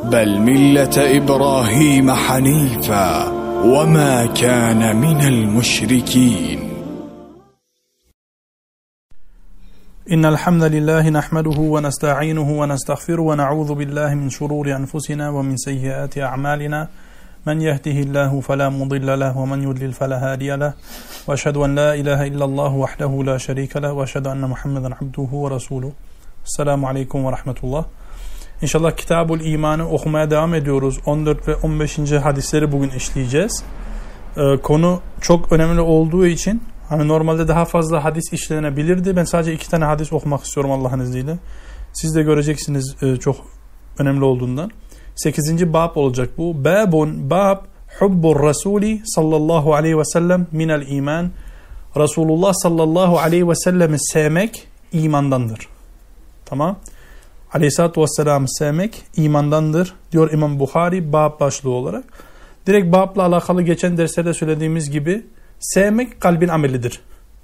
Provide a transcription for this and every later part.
بل ملة إبراهيم حنيفا وما كان من المشركين إن الحمد لله نحمده ونستعينه ونستغفره ونعوذ بالله من شرور أنفسنا ومن سيئات أعمالنا من يهده الله فلا مضل له ومن يضلل فلا هادي له وأشهد أن لا إله إلا الله وحده لا شريك له وأشهد أن محمدا عبده ورسوله. Esselamu Aleyküm ve Rahmetullah. İnşallah Kitab-ül İman'ı okumaya devam ediyoruz. 14 ve 15. hadisleri bugün işleyeceğiz. Konu çok önemli olduğu için hani normalde daha fazla hadis işlenebilirdi. Ben sadece 2 tane hadis okumak istiyorum Allah'ın izniyle. Siz de göreceksiniz çok önemli olduğundan. 8. bab olacak bu. Bab hubbur Rasuli sallallahu aleyhi ve sellem minel iman. Resulullah sallallahu aleyhi ve sellemi sevmek imandandır. Tamam. Aleyhisselatü Vesselam'ı sevmek imandandır diyor İmam Bukhari bab başlığı olarak. Direkt babla alakalı geçen derslerde söylediğimiz gibi sevmek kalbin amelidir.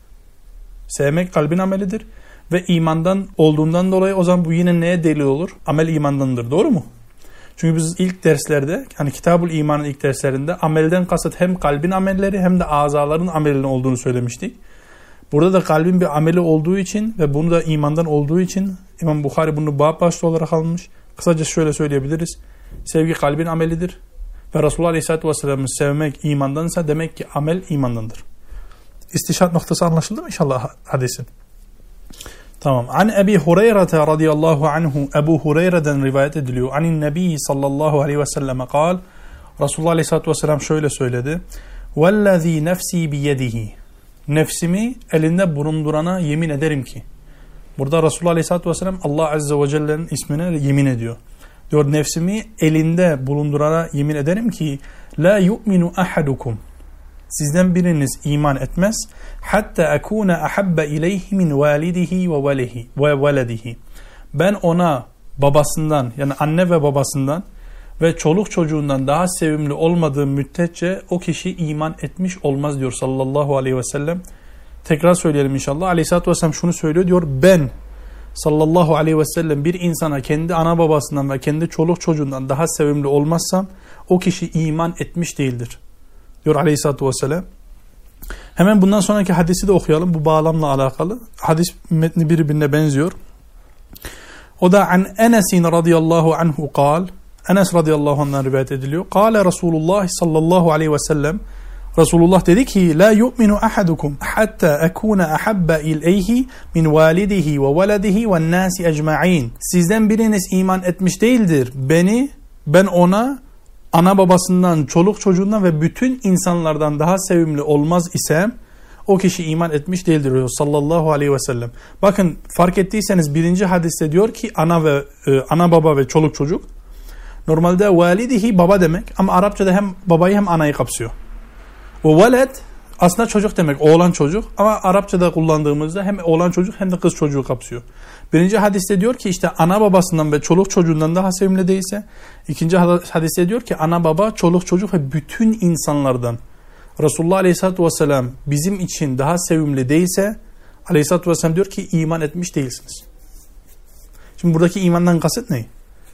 Sevmek kalbin amelidir ve imandan olduğundan dolayı o zaman bu yine neye delil olur? Amel imandandır. Doğru mu? Çünkü biz ilk derslerde yani Kitab-ül İman'ın ilk derslerinde amelden kasıt hem kalbin amelleri hem de azaların amelinin olduğunu söylemiştik. Burada da kalbin bir ameli olduğu için ve bunu da imandan olduğu için İmam Bukhari bunu bab başlığı olarak almış. Kısaca şöyle söyleyebiliriz. Sevgi kalbin amelidir. Ve Resulullah Aleyhisselatü Vesselam'ı sevmek imandansa demek ki amel imandandır. İstişat noktası anlaşıldı mı inşallah hadisin? Tamam. An Ebi Hureyre radıyallahu anhu Ebu Hureyre'den rivayet ediliyor. Anin Nebi sallallahu aleyhi ve selleme kal. Resulullah Aleyhisselatü Vesselam şöyle söyledi. Vellezî nefsî biyedihi. Nefsimi elinde bulundurana yemin ederim ki. Burada Resulullah Aleyhisselatü Vesselam Allah Azze ve Celle'nin ismine yemin ediyor. Diyor nefsimi elinde bulundurana yemin ederim ki la yu'minu ahadukum. Sizden biriniz iman etmez. Hatta ekune ahabbe ileyhi min validihi ve veledihi. Ben ona babasından yani anne ve babasından ve çoluk çocuğundan daha sevimli olmadığı müddetçe o kişi iman etmiş olmaz diyor sallallahu aleyhi ve sellem. Tekrar söyleyelim inşallah. Aleyhisselatü Vesselam şunu söylüyor diyor ben sallallahu aleyhi ve sellem bir insana kendi ana babasından ve kendi çoluk çocuğundan daha sevimli olmazsam o kişi iman etmiş değildir diyor Aleyhisselatü Vesselam. Hemen bundan sonraki hadisi de okuyalım bu bağlamla alakalı. Hadis metni birbirine benziyor. O da an Enes'in radıyallahu anhu kal. Enes radıyallahu anh'dan rivayet ediliyor. Kale Resulullah sallallahu aleyhi ve sellem. Resulullah dedi ki la yu'minu ahadukum hatta ekuna ahabba ileyhi min validihi ve veledihi ve nasi ecma'in. Sizden biriniz iman etmiş değildir. Ben ona ana babasından, çoluk çocuğundan ve bütün insanlardan daha sevimli olmaz isem o kişi iman etmiş değildir diyor sallallahu aleyhi ve sellem. Bakın fark ettiyseniz birinci hadiste diyor ki ana baba ve çoluk çocuk. Normalde validihi baba demek ama Arapçada hem babayı hem anayı kapsıyor. O veled aslında çocuk demek, oğlan çocuk ama Arapçada kullandığımızda hem oğlan çocuk hem de kız çocuğu kapsıyor. Birinci hadiste diyor ki işte ana babasından ve çoluk çocuğundan daha sevimli değilse, ikinci hadiste diyor ki ana baba, çoluk çocuk ve bütün insanlardan Resulullah Aleyhisselatü Vesselam bizim için daha sevimli değilse Aleyhisselatü Vesselam diyor ki iman etmiş değilsiniz. Şimdi buradaki imandan kasıt ne?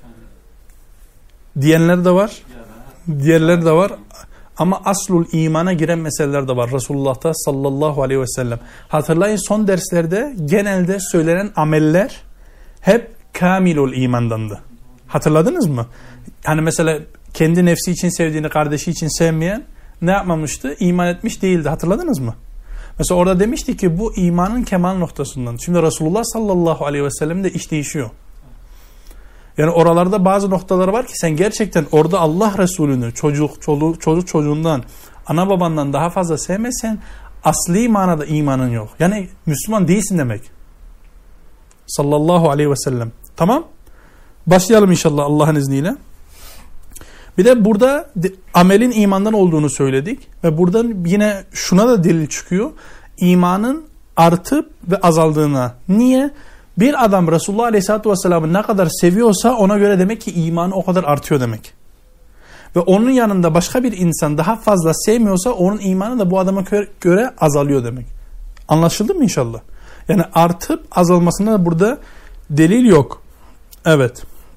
Diyenler de var, diğerleri de var. Ama aslul imana giren meseleler de var Resulullah'ta sallallahu aleyhi ve sellem. Hatırlayın son derslerde genelde söylenen ameller hep kamilul imandandı. Hatırladınız mı? Hani mesela kendi nefsi için sevdiğini kardeşi için sevmeyen ne yapmamıştı? İman etmiş değildi. Hatırladınız mı? Mesela orada demişti ki bu imanın kemal noktasından. Şimdi Resulullah sallallahu aleyhi ve sellem de iş değişiyor. Yani oralarda bazı noktalar var ki sen gerçekten orada Allah Resulü'nü çocuk çocuğundan, ana babandan daha fazla sevmezsen asli manada imanın yok. Yani Müslüman değilsin demek. Sallallahu aleyhi ve sellem. Tamam. Başlayalım inşallah Allah'ın izniyle. Bir de burada amelin imandan olduğunu söyledik. Ve buradan yine şuna da delil çıkıyor. İmanın artıp ve azaldığına. Niye? Bir adam Resulullah Aleyhisselatü Vesselam'ı ne kadar seviyorsa ona göre demek ki imanı o kadar artıyor demek. Ve onun yanında başka bir insan daha fazla sevmiyorsa onun imanı da bu adama göre azalıyor demek. Anlaşıldı mı inşallah? Yani artıp azalmasında da burada delil yok. Evet.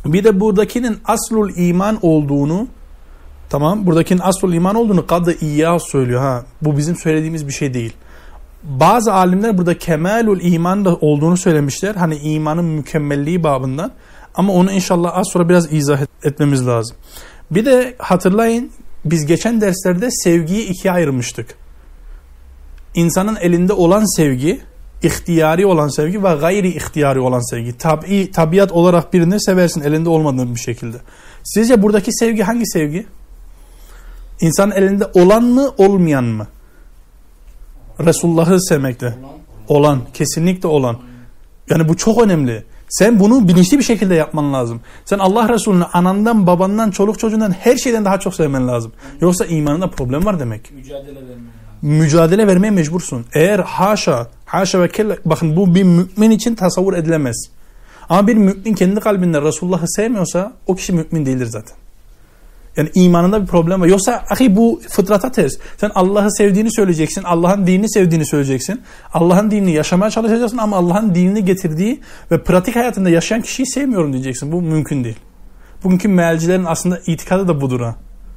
Bir de buradakinin aslul iman olduğunu, tamam, buradakinin aslul iman olduğunu Kadı İyaz söylüyor. Bu bizim söylediğimiz bir şey değil. Bazı alimler burada kemalul iman da olduğunu söylemişler. Hani imanın mükemmelliği babından. Ama onu inşallah az sonra biraz izah etmemiz lazım. Bir de hatırlayın, biz geçen derslerde sevgiyi ikiye ayırmıştık. İnsanın elinde olan sevgi, ihtiyari olan sevgi ve gayri ihtiyari olan sevgi. Tabiat olarak birini seversin elinde olmadığın bir şekilde. Sizce buradaki sevgi hangi sevgi? İnsanın elinde olan mı, olmayan mı? Resulullah'ı sevmekte. Olan, kesinlikle olan. Yani bu çok önemli. Sen bunu bilinçli bir şekilde yapman lazım. Sen Allah Resulü'nü anandan, babandan, çoluk çocuğundan, her şeyden daha çok sevmen lazım. Yoksa imanında problem var demek. Mücadele vermeye mecbursun. Eğer haşa ve kella, bakın bu bir mümin için tasavvur edilemez. Ama bir mümin kendi kalbinde Resulullah'ı sevmiyorsa o kişi mümin değildir zaten. Yani imanında bir problem var. Yoksa bu fıtrata ters. Sen Allah'ı sevdiğini söyleyeceksin. Allah'ın dinini sevdiğini söyleyeceksin. Allah'ın dinini yaşamaya çalışacaksın ama Allah'ın dinini getirdiği ve pratik hayatında yaşayan kişiyi sevmiyorum diyeceksin. Bu mümkün değil. Bugünkü mealcilerin aslında itikadı da budur.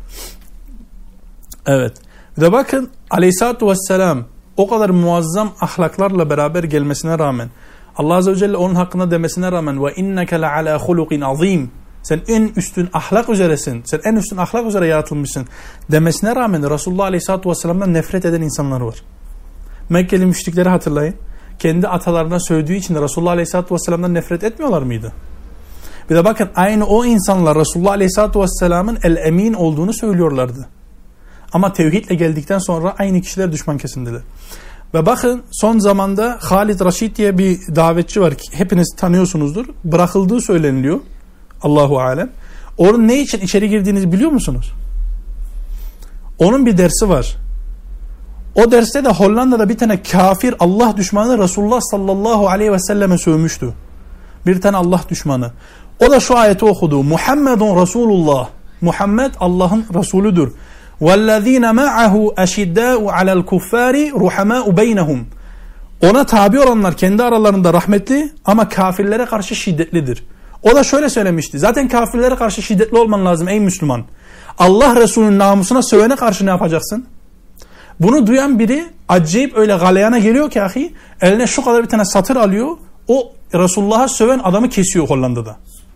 Evet. Bir de bakın Aleyhisselatü Vesselam o kadar muazzam ahlaklarla beraber gelmesine rağmen, Allah Azze ve Celle onun hakkında demesine rağmen ve inneke le ala hulukin azim, sen en üstün ahlak üzeresin, sen en üstün ahlak üzere yaratılmışsın demesine rağmen Resulullah Aleyhisselatü Vesselam'dan nefret eden insanlar var. Mekkeli müşrikleri hatırlayın. Kendi atalarına sövdüğü için Resulullah Aleyhisselatü Vesselam'dan nefret etmiyorlar mıydı? Bir de bakın aynı o insanlar Resulullah Aleyhisselatü Vesselam'ın el-emin olduğunu söylüyorlardı. Ama tevhidle geldikten sonra aynı kişiler düşman kesindiler. Ve bakın son zamanda Halid Raşid diye bir davetçi var. Hepiniz tanıyorsunuzdur. Bırakıldığı söyleniliyor. Allahu alem. Onun ne için içeri girdiğinizi biliyor musunuz? Onun bir dersi var. O derste de Hollanda'da bir tane kafir Allah düşmanı Resulullah sallallahu aleyhi ve selleme sövmüştü. Bir tane Allah düşmanı. O da şu ayeti okudu. Muhammedun Resulullah. Muhammed Allah'ın Resulüdür. وَالَّذ۪ينَ مَعَهُ اَشِدَّاءُ عَلَى الْكُفَّارِ رُحَمَاءُ بَيْنَهُمْ. Ona tabi olanlar kendi aralarında rahmetli ama kafirlere karşı şiddetlidir. O da şöyle söylemişti. Zaten kafirlere karşı şiddetli olman lazım ey Müslüman. Allah Resulü'nün namusuna sövene karşı ne yapacaksın? Bunu duyan biri acayip öyle galeyana geliyor ki ahi, eline şu kadar bir tane satır alıyor. O Resulullah'a söven adamı kesiyor Hollanda'da.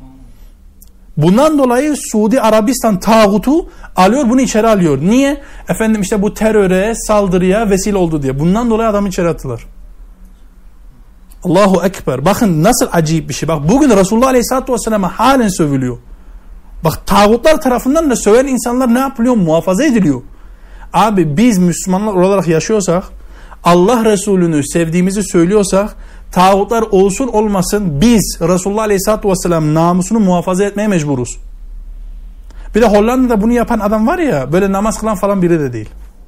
Bundan dolayı Suudi Arabistan tağutu alıyor, bunu içeri alıyor. Niye? Efendim işte bu teröre, saldırıya vesile oldu diye. Bundan dolayı adamı içeri attılar. Allahu Ekber. Bakın nasıl acayip bir şey. Bak bugün Resulullah Aleyhisselatü Vesselam'a halen sövülüyor. Bak tağutlar tarafından da söven insanlar ne yapılıyor? Muhafaza ediliyor. Abi biz Müslümanlar olarak yaşıyorsak, Allah Resulü'nü sevdiğimizi söylüyorsak, tağutlar olsun olmasın biz Resulullah Aleyhisselatü Vesselam namusunu muhafaza etmeye mecburuz. Bir de Hollanda'da bunu yapan adam var ya, böyle namaz kılan falan biri de değil.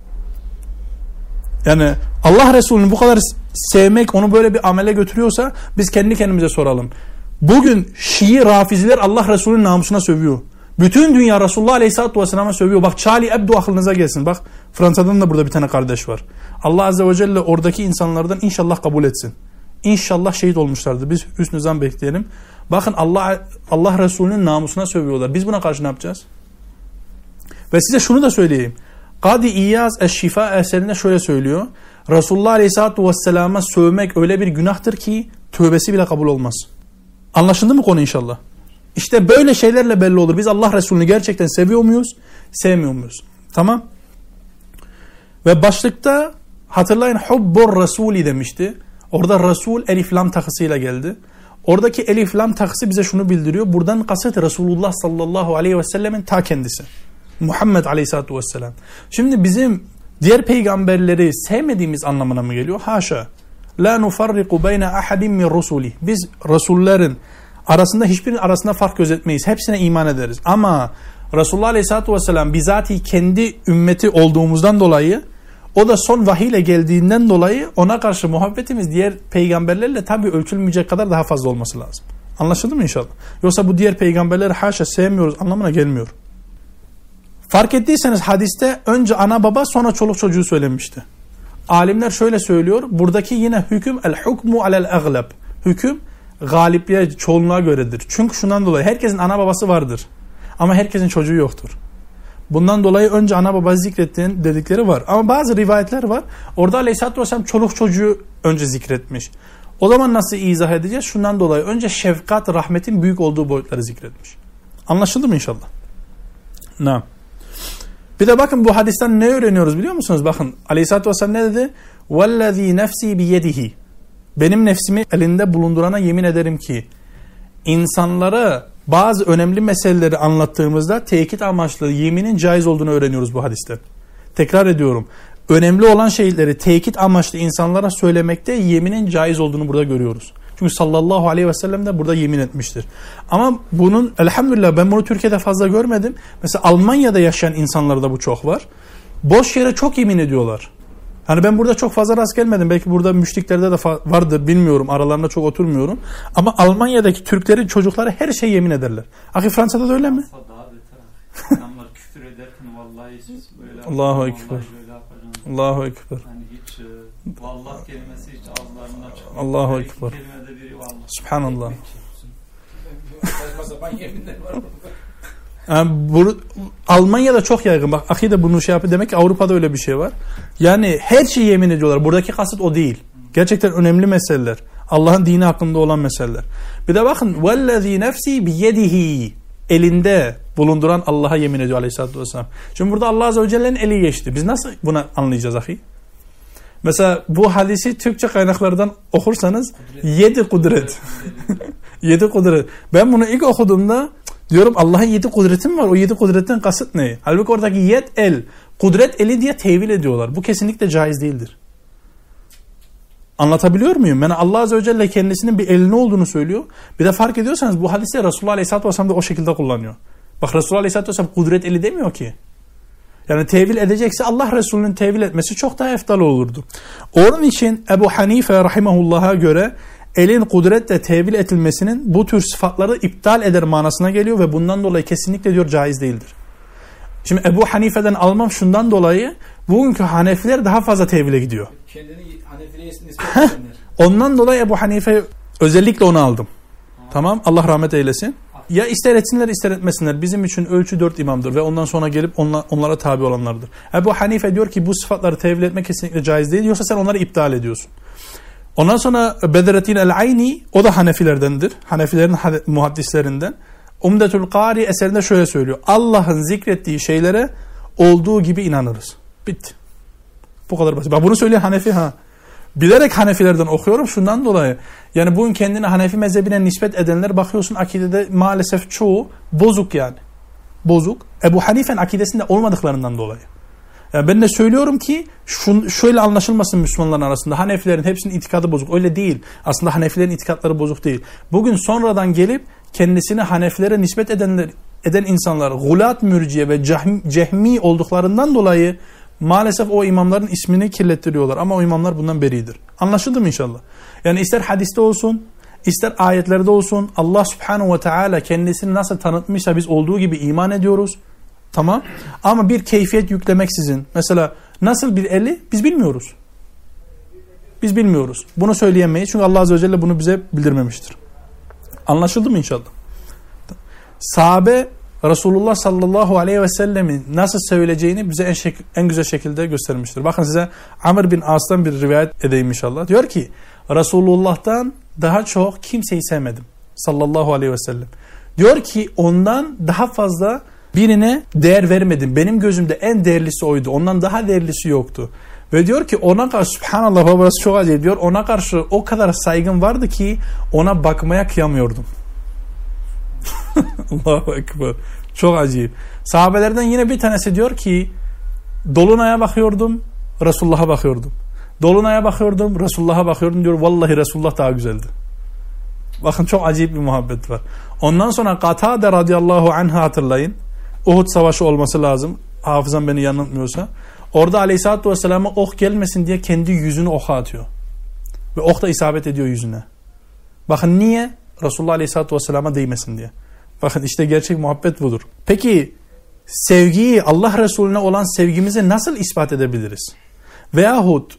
Yani Allah Resulü'nü bu kadar sevmek onu böyle bir amele götürüyorsa biz kendi kendimize soralım. Bugün Şii Rafiziler Allah Resulü'nün namusuna sövüyor. Bütün dünya Resulullah Aleyhisselatü Vesselam'a sövüyor. Bak Charlie Hebdo aklınıza gelsin. Bak Fransa'dan da burada bir tane kardeş var. Allah Azze ve Celle oradaki insanlardan inşallah kabul etsin. İnşallah şehit olmuşlardı. Biz hüsnü zan bekleyelim. Bakın Allah Resulü'nün namusuna sövüyorlar. Biz buna karşı ne yapacağız? Ve size şunu da söyleyeyim. Kadı İyaz Eş-Şifa eserinde şöyle söylüyor. Resulullah Aleyhisselatü Vesselam'a sövmek öyle bir günahtır ki tövbesi bile kabul olmaz. Anlaşıldı mı konu inşallah? İşte böyle şeylerle belli olur. Biz Allah Resulü'nü gerçekten seviyor muyuz? Sevmiyor muyuz? Tamam. Ve başlıkta hatırlayın Hubbur Resulü demişti. Orada Resul elif lam takısıyla geldi. Oradaki elif lam takısı bize şunu bildiriyor. Buradan kasıt Resulullah sallallahu aleyhi ve sellemin ta kendisi. Muhammed aleyhissalatu vesselam. Şimdi bizim diğer peygamberleri sevmediğimiz anlamına mı geliyor? Haşa. La nufarriku beyne ahadin min rusuli. Biz Resullerin arasında hiçbirinin arasında fark gözetmeyiz. Hepsine iman ederiz. Ama Resulullah aleyhissalatu vesselam bizatihi kendi ümmeti olduğumuzdan dolayı, o da son vahiy ile geldiğinden dolayı ona karşı muhabbetimiz diğer peygamberlerle tabii ölçülmeyecek kadar daha fazla olması lazım. Anlaşıldı mı inşallah? Yoksa bu diğer peygamberleri haşa sevmiyoruz anlamına gelmiyor. Fark ettiyseniz hadiste önce ana baba sonra çoluk çocuğu söylenmişti. Alimler şöyle söylüyor. Buradaki yine hüküm el-hukmu alel-aglab. Hüküm galipliğe, çoğunluğa göredir. Çünkü şundan dolayı herkesin ana babası vardır. Ama herkesin çocuğu yoktur. Bundan dolayı önce ana baba zikrettiğin dedikleri var. Ama bazı rivayetler var. Orada Aleyhisselatü Vesselam çoluk çocuğu önce zikretmiş. O zaman nasıl izah edeceğiz? Şundan dolayı önce şefkat, rahmetin büyük olduğu boyutları zikretmiş. Anlaşıldı mı inşallah? Ne? Bir de bakın bu hadisten ne öğreniyoruz biliyor musunuz? Bakın Aleyhisselatü Vesselam ne dedi? وَالَّذ۪ي نَفْس۪ي بِيَدِهِ Benim nefsimi elinde bulundurana yemin ederim ki insanlara bazı önemli meseleleri anlattığımızda tekit amaçlı yeminin caiz olduğunu öğreniyoruz bu hadisten. Tekrar ediyorum. Önemli olan şeyleri tekit amaçlı insanlara söylemekte yeminin caiz olduğunu burada görüyoruz. Çünkü sallallahu aleyhi ve sellem de burada yemin etmiştir. Ama bunun elhamdülillah ben bunu Türkiye'de fazla görmedim. Mesela Almanya'da yaşayan insanlarda bu çok var. Boş yere çok yemin ediyorlar. Hani ben burada çok fazla rast gelmedim. Belki burada müşriklerde de vardır bilmiyorum. Aralarında çok oturmuyorum. Ama Almanya'daki Türklerin çocukları her şeye yemin ederler. Ahi Fransa'da da öyle mi? Daha beter. Adamlar küfür ederken vallahi siz böyle Allahu Ekber. Allahu Ekber. Yani hiç vallahi kelimesi hiç ağızlarından çıkmıyor. Allahu Ekber. Kelimede biri vallahi. Subhanallah. Saçma sapan yeminler var. Yani Almanya'da çok yaygın. Bak ahi de bunu şey yapıyor. Demek ki Avrupa'da öyle bir şey var. Yani her şeyi yemin ediyorlar. Buradaki kasıt o değil. Gerçekten önemli meseleler. Allah'ın dini hakkında olan meseleler. Bir de bakın وَالَّذ۪ي نَفْس۪ي بِيَدِهِ Elinde bulunduran Allah'a yemin ediyor Aleyhisselatü Vesselam. Şimdi burada Allah Azze ve Celle'nin eli geçti. Biz nasıl bunu anlayacağız ahi? Mesela bu hadisi Türkçe kaynaklardan okursanız 7 kudret. 7 kudret. Ben bunu ilk okuduğumda diyorum Allah'ın 7 kudreti mi var? O 7 kudretten kasıt ne? Halbuki oradaki yed el, kudret eli diye tevil ediyorlar. Bu kesinlikle caiz değildir. Anlatabiliyor muyum? Yani Allah Azze ve Celle kendisinin bir elinin olduğunu söylüyor. Bir de fark ediyorsanız bu hadiste Resulullah Aleyhisselatü Vesselam da o şekilde kullanıyor. Bak Resulullah Aleyhisselatü Vesselam kudret eli demiyor ki. Yani tevil edecekse Allah Resulü'nün tevil etmesi çok daha eftal olurdu. Onun için Ebu Hanife rahimahullah'a göre elin kudretle tevil edilmesinin bu tür sıfatları iptal eder manasına geliyor ve bundan dolayı kesinlikle diyor caiz değildir. Şimdi Ebu Hanife'den almam şundan dolayı bugünkü Hanefiler daha fazla tevile gidiyor. Kendini Hanefi'ye nispet edenler. Ondan dolayı Ebu Hanife özellikle onu aldım. Tamam Allah rahmet eylesin. Ya ister etsinler ister etmesinler. Bizim için ölçü 4 imamdır ve ondan sonra gelip onlara tabi olanlardır. Ebu Hanife diyor ki bu sıfatları tevil etmek kesinlikle caiz değil. Yoksa sen onları iptal ediyorsun. Ondan sonra Bedrettin el-Ayni o da Hanefilerdendir. Hanefilerin muhaddislerinden. Umdetul Kari eserinde şöyle söylüyor. Allah'ın zikrettiği şeylere olduğu gibi inanırız. Bitti. Bu kadar basit. Bak bunu söyleyen Hanefi ha. Bilerek Hanefilerden okuyorum şundan dolayı. Yani bugün kendini Hanefi mezhebine nispet edenler bakıyorsun akidede maalesef çoğu bozuk yani. Bozuk. Ebu Hanife'nin akidesinde olmadıklarından dolayı. Yani ben de söylüyorum ki şöyle anlaşılmasın Müslümanların arasında. Hanefilerin hepsinin itikadı bozuk. Öyle değil. Aslında Hanefilerin itikatları bozuk değil. Bugün sonradan gelip kendisini Hanefilere nispet eden insanlar gulat mürciye ve cehmi olduklarından dolayı maalesef o imamların ismini kirlettiriyorlar. Ama o imamlar bundan beridir. Anlaşıldı mı inşallah? Yani ister hadiste olsun, ister ayetlerde olsun Allah subhanahu ve teala kendisini nasıl tanıtmışsa biz olduğu gibi iman ediyoruz. Tamam. Ama bir keyfiyet yüklemeksizin. Mesela nasıl bir eli biz bilmiyoruz. Biz bilmiyoruz. Bunu söyleyemeyiz. Çünkü Allah Azze ve Celle bunu bize bildirmemiştir. Anlaşıldı mı inşallah? Sahabe Resulullah sallallahu aleyhi ve sellemin nasıl söyleyeceğini bize en güzel şekilde göstermiştir. Bakın size Amr bin As'tan bir rivayet edeyim inşallah. Diyor ki Resulullah'tan daha çok kimseyi sevmedim. Sallallahu aleyhi ve sellem. Diyor ki ondan daha fazla birine değer vermedim. Benim gözümde en değerlisi oydu. Ondan daha değerlisi yoktu. Ve diyor ki ona karşı subhanallah babası çok acayip diyor. Ona karşı o kadar saygım vardı ki ona bakmaya kıyamıyordum. Allahu Ekber. Çok acayip. Sahabelerden yine bir tanesi diyor ki Dolunay'a bakıyordum, Resulullah'a bakıyordum. Dolunay'a bakıyordum, Resulullah'a bakıyordum diyor. Vallahi Resulullah daha güzeldi. Bakın çok acayip bir muhabbet var. Ondan sonra Katade radıyallahu anh'ı hatırlayın. Uhud savaşı olması lazım. Hafızam beni yanıltmıyorsa. Orada aleyhissalatü vesselam'a ok gelmesin diye kendi yüzünü oka atıyor. Ve ok da isabet ediyor yüzüne. Bakın niye? Resulullah aleyhissalatü vesselam'a değmesin diye. Bakın işte gerçek muhabbet budur. Peki sevgiyi Allah Resulüne olan sevgimizi nasıl ispat edebiliriz? Veyahut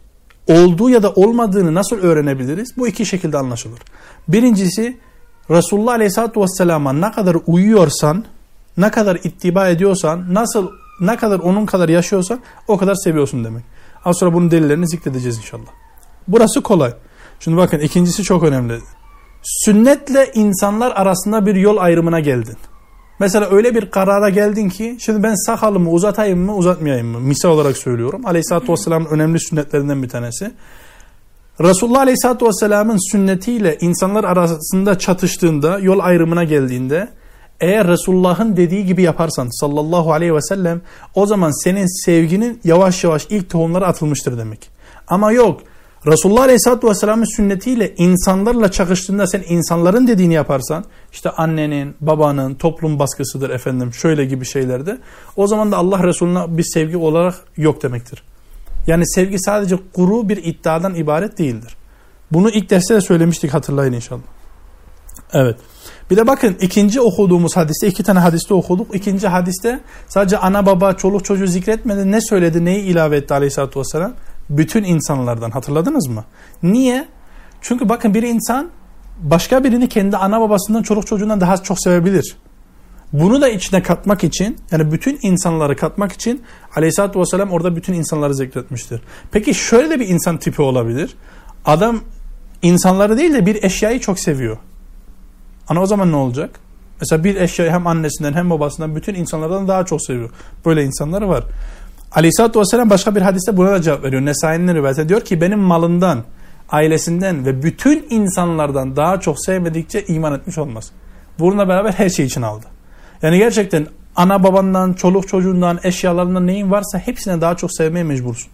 olduğu ya da olmadığını nasıl öğrenebiliriz? Bu iki şekilde anlaşılır. Birincisi, Resulullah Aleyhisselatü Vesselam'a ne kadar uyuyorsan, ne kadar ittiba ediyorsan, ne kadar onun kadar yaşıyorsan o kadar seviyorsun demek. Az sonra bunun delillerini zikredeceğiz inşallah. Burası kolay. Şimdi bakın, ikincisi çok önemli. Sünnetle insanlar arasında bir yol ayrımına geldin. Mesela öyle bir karara geldin ki, şimdi ben sakalımı uzatayım mı uzatmayayım mı? Misal olarak söylüyorum. Aleyhisselatü Vesselam'ın önemli sünnetlerinden bir tanesi. Resulullah Aleyhisselatü Vesselam'ın sünnetiyle insanlar arasında çatıştığında, yol ayrımına geldiğinde, eğer Resulullah'ın dediği gibi yaparsan sallallahu aleyhi ve sellem, o zaman senin sevginin yavaş yavaş ilk tohumları atılmıştır demek. Ama yok, Resulullah Aleyhisselatü Vesselam'ın sünnetiyle insanlarla çakıştığında sen insanların dediğini yaparsan, işte annenin, babanın, toplum baskısıdır efendim, şöyle gibi şeylerde, o zaman da Allah Resulüne bir sevgi olarak yok demektir. Yani sevgi sadece kuru bir iddiadan ibaret değildir. Bunu ilk derste de söylemiştik, hatırlayın inşallah. Evet. Bir de bakın, ikinci okuduğumuz hadiste, 2 tane hadiste okuduk. İkinci hadiste sadece ana baba, çoluk çocuğu zikretmedi. Ne söyledi, neyi ilave etti Aleyhisselatü Vesselam? Bütün insanlardan, hatırladınız mı? Niye? Çünkü bakın, bir insan başka birini kendi ana babasından, çoluk çocuğundan daha çok sevebilir. Bunu da içine katmak için, yani bütün insanları katmak için Aleyhisselatü Vesselam orada bütün insanları zikretmiştir. Peki şöyle de bir insan tipi olabilir. Adam insanları değil de bir eşyayı çok seviyor. Ana, o zaman ne olacak? Mesela bir eşyayı hem annesinden hem babasından, bütün insanlardan daha çok seviyor. Böyle insanlar var. Aleyhisselatü Vesselam başka bir hadiste buna da cevap veriyor. Nesai'nin rivayetinde diyor ki, benim malından, ailesinden ve bütün insanlardan daha çok sevmedikçe iman etmiş olmaz. Bununla beraber her şey için aldı. Yani gerçekten ana babandan, çoluk çocuğundan, eşyalarından neyin varsa hepsine daha çok sevmeye mecbursun.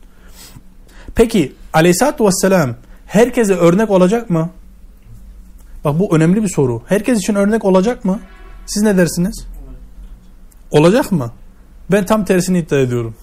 Peki Aleyhisselatü Vesselam herkese örnek olacak mı? Bak, bu önemli bir soru. Herkes için örnek olacak mı? Siz ne dersiniz? Olacak mı? Ben tam tersini iddia ediyorum.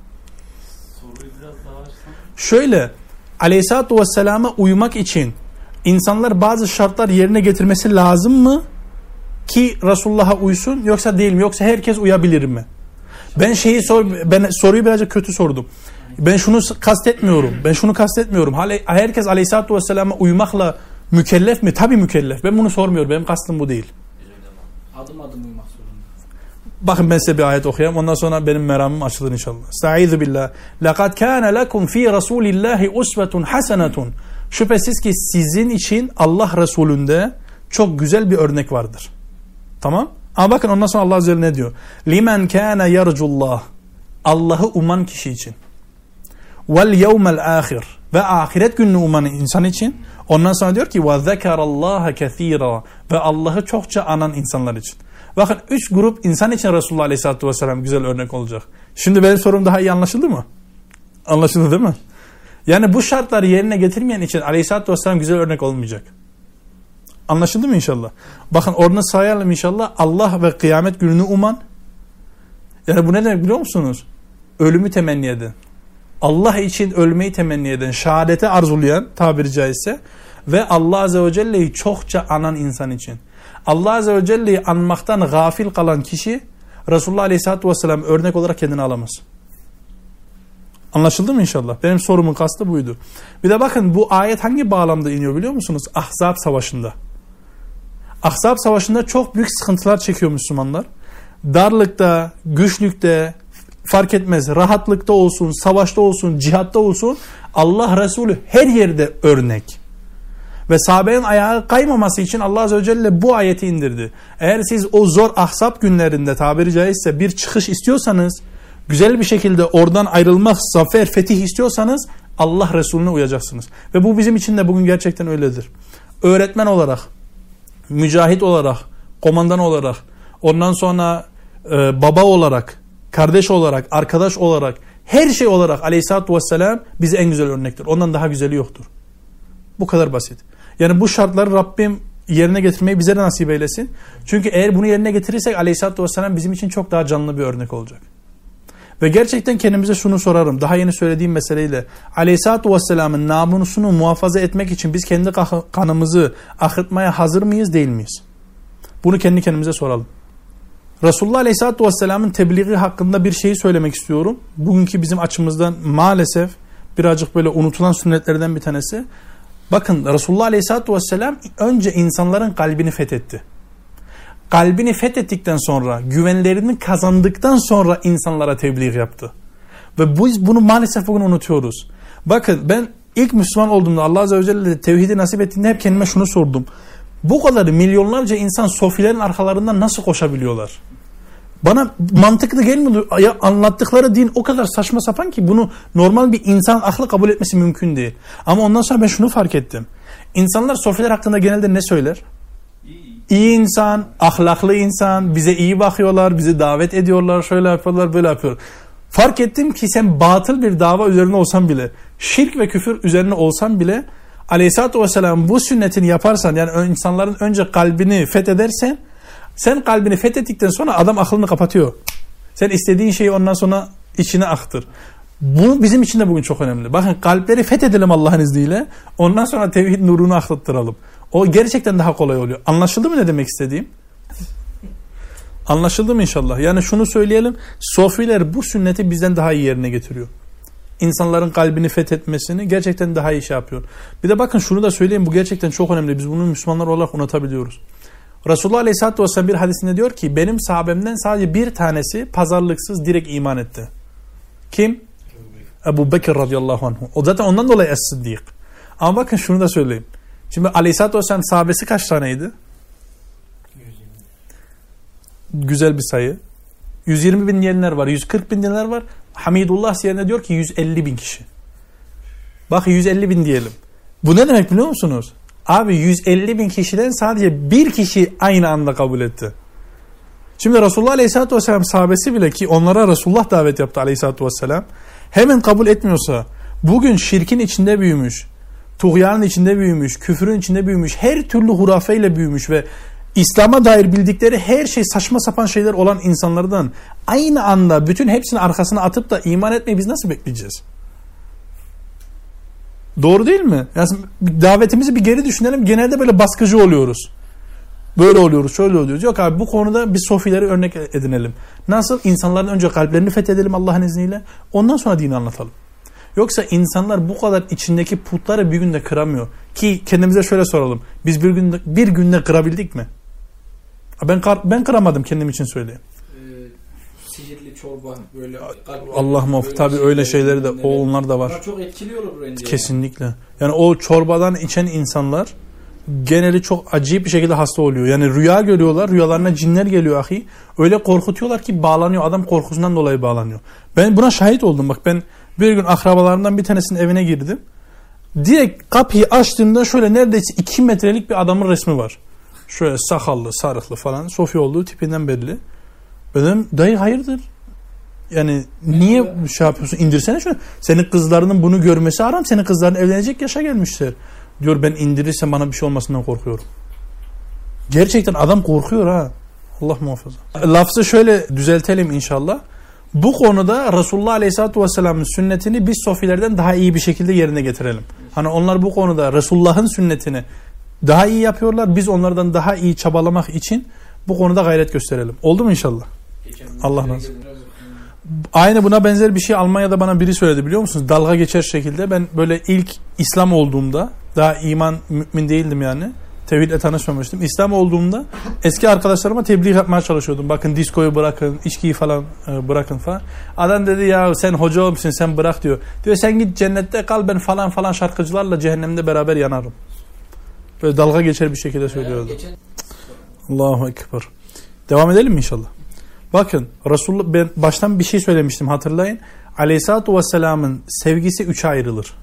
Soruyu biraz daha açsam. Şöyle, Aleyhisselatü Vesselam'a uymak için insanlar bazı şartlar yerine getirmesi lazım mı ki Resulullah'a uysun, yoksa değil mi? Yoksa herkes uyabilir mi? Ben soruyu birazcık kötü sordum. Ben şunu kastetmiyorum. Herkes Aleyhisselatü Vesselam'a uymakla mükellef mi? Tabii mükellef. Ben bunu sormuyorum. Benim kastım bu değil. Adım adım uymak zorunda. Bakın, ben size bir ayet okuyayım. Ondan sonra benim meramım açılır inşallah. Estaizu billah. لَقَدْ كَانَ لَكُمْ ف۪ي رَسُولِ اللّٰهِ اُسْوَةٌ حَسَنَةٌ. Şüphesiz ki sizin için Allah Resulü'nde çok güzel bir örnek vardır. Tamam. Ama bakın, ondan sonra Allah Azze ve Celle ne diyor? لِمَنْ كَانَ يَرْجُ اللّٰهِ. Allah'ı uman kişi için. وَالْيَوْمَ الْآخِرِ. Ve ahiret gününü uman insan için. Ondan sonra diyor ki وَذَكَرَ اللّٰهَ كَثِيرًا. Ve Allah'ı çokça anan insanlar için. Bakın, 3 grup insan için Resulullah Aleyhisselatü Vesselam güzel örnek olacak. Şimdi benim sorum daha iyi anlaşıldı mı? Anlaşıldı değil mi? Yani bu şartları yerine getirmeyen için Aleyhisselatü Vesselam güzel örnek olmayacak. Anlaşıldı mı inşallah? Bakın, orada sayalım inşallah. Allah ve kıyamet gününü uman. Yani bu ne demek biliyor musunuz? Ölümü temenni eden. Allah için ölmeyi temenni eden, şehadete arzulayan tabiri caizse ve Allah Azze ve Celle'yi çokça anan insan için. Allah Azze ve Celle'yi anmaktan gafil kalan kişi Resulullah Aleyhisselatü Vesselam örnek olarak kendini alamaz. Anlaşıldı mı inşallah? Benim sorumun kastı buydu. Bir de bakın, bu ayet hangi bağlamda iniyor biliyor musunuz? Ahzab Savaşı'nda. Ahzab Savaşı'nda çok büyük sıkıntılar çekiyor Müslümanlar. Darlıkta, güçlükte, fark etmez, rahatlıkta olsun, savaşta olsun, cihatta olsun, Allah Resulü her yerde örnek. Ve sahabenin ayağı kaymaması için Allah Azze ve Celle bu ayeti indirdi. Eğer siz o zor ahzab günlerinde tabiri caizse bir çıkış istiyorsanız, güzel bir şekilde oradan ayrılmak, zafer, fetih istiyorsanız Allah Resulüne uyacaksınız. Ve bu bizim için de bugün gerçekten öyledir. Öğretmen olarak, mücahit olarak, komandan olarak, ondan sonra baba olarak, kardeş olarak, arkadaş olarak, her şey olarak Aleyhisselatü Vesselam bize en güzel örnektir. Ondan daha güzeli yoktur. Bu kadar basit. Yani bu şartları Rabbim yerine getirmeyi bize de nasip eylesin. Çünkü eğer bunu yerine getirirsek Aleyhisselatü Vesselam bizim için çok daha canlı bir örnek olacak. Ve gerçekten kendimize şunu sorarım. Daha yeni söylediğim meseleyle Aleyhisselatü Vesselam'ın namusunu muhafaza etmek için biz kendi kanımızı akıtmaya hazır mıyız, değil miyiz? Bunu kendi kendimize soralım. Resulullah Aleyhisselatü Vesselam'ın tebliği hakkında bir şeyi söylemek istiyorum. Bugünkü bizim açımızdan maalesef birazcık böyle unutulan sünnetlerden bir tanesi. Bakın Resulullah Aleyhisselatü Vesselam önce insanların kalbini fethetti. Kalbini fethettikten sonra, güvenlerini kazandıktan sonra insanlara tebliğ yaptı. Ve biz bunu maalesef bugün unutuyoruz. Bakın ben ilk Müslüman olduğumda Allah Azze ve Celle tevhidi nasip ettiğinde hep kendime şunu sordum. Bu kadar milyonlarca insan sofilerin arkalarından nasıl koşabiliyorlar? Bana mantıklı gelmiyor. Anlattıkları din o kadar saçma sapan ki bunu normal bir insan aklı kabul etmesi mümkün değil. Ama ondan sonra ben şunu fark ettim. İnsanlar sofiler hakkında genelde ne söyler? İyi insan, ahlaklı insan, bize iyi bakıyorlar, bizi davet ediyorlar, şöyle yapıyorlar, böyle yapıyorlar. Fark ettim ki sen batıl bir dava üzerine olsan bile, şirk ve küfür üzerine olsan bile Aleyhisselatü Vesselam bu sünnetini yaparsan, yani insanların önce kalbini fethedersen, sen kalbini fethettikten sonra adam aklını kapatıyor. Sen istediğin şeyi ondan sonra içine aktır. Bu bizim için de bugün çok önemli. Bakın kalpleri fethedelim Allah'ın izniyle. Ondan sonra tevhid nurunu aktattıralım. O gerçekten daha kolay oluyor. Anlaşıldı mı ne demek istediğim? Anlaşıldı mı inşallah? Yani şunu söyleyelim. Sofiler bu sünneti bizden daha iyi yerine getiriyor. İnsanların kalbini fethetmesini gerçekten daha iyi şey yapıyor. Bir de bakın şunu da söyleyeyim. Bu gerçekten çok önemli. Biz bunu Müslümanlar olarak unutabiliyoruz. Resulullah Aleyhisselatü Vesselam bir hadisinde diyor ki benim sahabemden sadece bir tanesi pazarlıksız direkt iman etti. Kim? Ebu Bekir radıyallahu anh. O zaten ondan dolayı Es-Siddik. Ama bakın şunu da söyleyeyim. Şimdi Aleyhisselatü Vesselam sahabesi kaç taneydi? 120. Güzel bir sayı. 120 bin diyenler var. 140 bin diyenler var. Hamidullah yerine diyor ki 150 bin kişi. Bak 150 bin diyelim. Bu ne demek biliyor musunuz? Abi 150 bin kişiden sadece bir kişi aynı anda kabul etti. Şimdi Resulullah Aleyhisselatü Vesselam sahabesi bile ki onlara Resulullah davet yaptı Aleyhisselatü Vesselam. Hemen kabul etmiyorsa bugün şirkin içinde büyümüş, tuğyanın içinde büyümüş, küfrün içinde büyümüş, her türlü hurafeyle büyümüş ve İslam'a dair bildikleri her şey saçma sapan şeyler olan insanlardan aynı anda bütün hepsini arkasına atıp da iman etmeyi biz nasıl bekleyeceğiz? Doğru değil mi? Yani davetimizi bir geri düşünelim. Genelde böyle baskıcı oluyoruz. Böyle oluyoruz, şöyle oluyoruz. Yok abi bu konuda biz sofileri örnek edinelim. Nasıl? İnsanların önce kalplerini fethedelim Allah'ın izniyle. Ondan sonra dini anlatalım. Yoksa insanlar bu kadar içindeki putları bir günde kıramıyor. Ki kendimize şöyle soralım. Biz bir günde kırabildik mi? Ben kıramadım kendim için söyleyeyim. Sihirli çorba böyle Allah muhafaza tabii öyle şeyleri de onlar da var. Bunlar çok etkili olur bence. Kesinlikle. Yani o çorbadan içen insanlar geneli çok acayip bir şekilde hasta oluyor. Yani rüya görüyorlar. Rüyalarına cinler geliyor ahi. Öyle korkutuyorlar ki bağlanıyor. Adam korkusundan dolayı bağlanıyor. Ben buna şahit oldum. Bak ben bir gün akrabalarımdan bir tanesinin evine girdim. Direkt kapıyı açtığımda şöyle neredeyse 2 metrelik bir adamın resmi var. Şöyle sakallı, sarıklı falan. Sofi olduğu tipinden belli. Dedim dayı hayırdır? Yani niye şey yapıyorsun? İndirsene şunu. Senin kızlarının bunu görmesi haram. Senin kızların evlenecek yaşa gelmişler. Diyor ben indirirsem bana bir şey olmasından korkuyorum. Gerçekten adam korkuyor ha. Allah muhafaza. Lafzı şöyle düzeltelim inşallah. Bu konuda Resulullah Aleyhisselatü Vesselam'ın sünnetini biz sofilerden daha iyi bir şekilde yerine getirelim. Hani onlar bu konuda Resulullah'ın sünnetini daha iyi yapıyorlar. Biz onlardan daha iyi çabalamak için bu konuda gayret gösterelim. Oldu mu inşallah? Allah nasip. Aynı buna benzer bir şey Almanya'da bana biri söyledi biliyor musunuz? Dalga geçer şekilde ben böyle ilk İslam olduğumda daha iman mümin değildim yani. Tevhidle tanışmamıştım. İslam olduğumda eski arkadaşlarıma tebliğ yapmaya çalışıyordum. Bakın diskoyu bırakın, içkiyi falan bırakın falan. Adam dedi ya sen hoca olmuşsun sen bırak diyor. Diyor sen git cennette kal ben falan falan şarkıcılarla cehennemde beraber yanarım. Böyle dalga geçer bir şekilde söylüyordu. Allahu Ekber. Devam edelim mi inşallah? Bakın Resulullah ben baştan bir şey söylemiştim hatırlayın. Aleyhisselatü Vesselam'ın sevgisi 3'e ayrılır.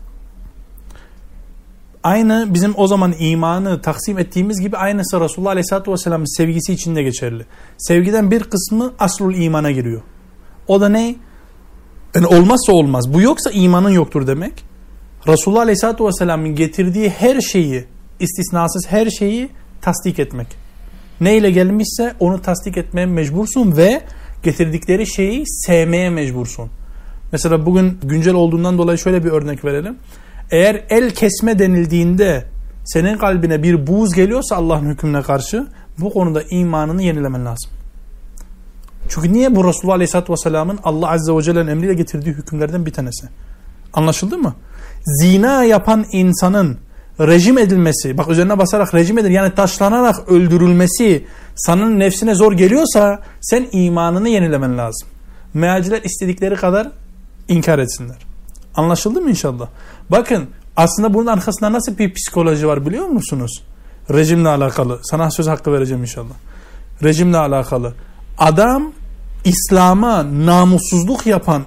Aynı bizim o zaman imanı taksim ettiğimiz gibi aynısı Resulullah Aleyhisselatü Vesselam'ın sevgisi için de geçerli. Sevgiden bir kısmı aslul imana giriyor. O da ne? Yani olmazsa olmaz. Bu yoksa imanın yoktur demek. Resulullah Aleyhisselatü Vesselam'ın getirdiği her şeyi, istisnasız her şeyi tasdik etmek. Ne ile gelmişse onu tasdik etmeye mecbursun ve getirdikleri şeyi sevmeye mecbursun. Mesela bugün güncel olduğundan dolayı şöyle bir örnek verelim. Eğer el kesme denildiğinde senin kalbine bir buğz geliyorsa Allah'ın hükmüne karşı bu konuda imanını yenilemen lazım. Çünkü niye bu Resulullah Aleyhisselatü Vesselam'ın Allah Azze ve Celle'nin emriyle getirdiği hükümlerden bir tanesi. Anlaşıldı mı? Zina yapan insanın rejim edilmesi, bak üzerine basarak rejim edilir, yani taşlanarak öldürülmesi senin nefsine zor geliyorsa sen imanını yenilemen lazım. Mealciler istedikleri kadar inkar etsinler. Anlaşıldı mı inşallah? Bakın aslında bunun arkasında nasıl bir psikoloji var biliyor musunuz? Rejimle alakalı. Sana söz hakkı vereceğim inşallah. Rejimle alakalı. Adam İslam'a namussuzluk yapan